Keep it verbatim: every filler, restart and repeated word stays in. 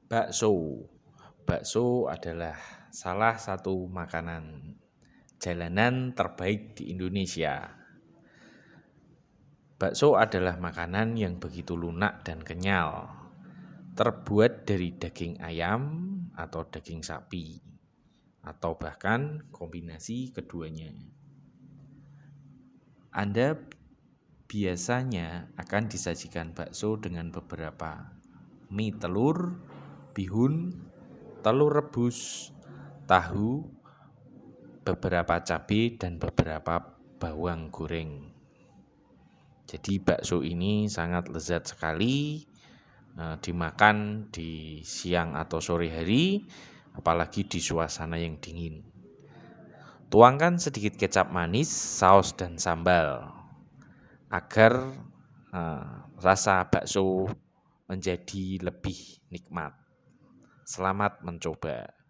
Bakso. Bakso adalah salah satu makanan jalanan terbaik di Indonesia. Bakso adalah makanan yang begitu lunak dan kenyal. Terbuat dari daging ayam atau daging sapi, atau bahkan kombinasi keduanya. Anda biasanya akan disajikan bakso dengan beberapa mie telur, bihun, telur rebus, tahu, beberapa cabai, dan beberapa bawang goreng. Jadi bakso ini sangat lezat sekali eh, dimakan di siang atau sore hari, apalagi di suasana yang dingin. Tuangkan sedikit kecap manis, saus, dan sambal agar eh, rasa bakso menjadi lebih nikmat. Selamat mencoba.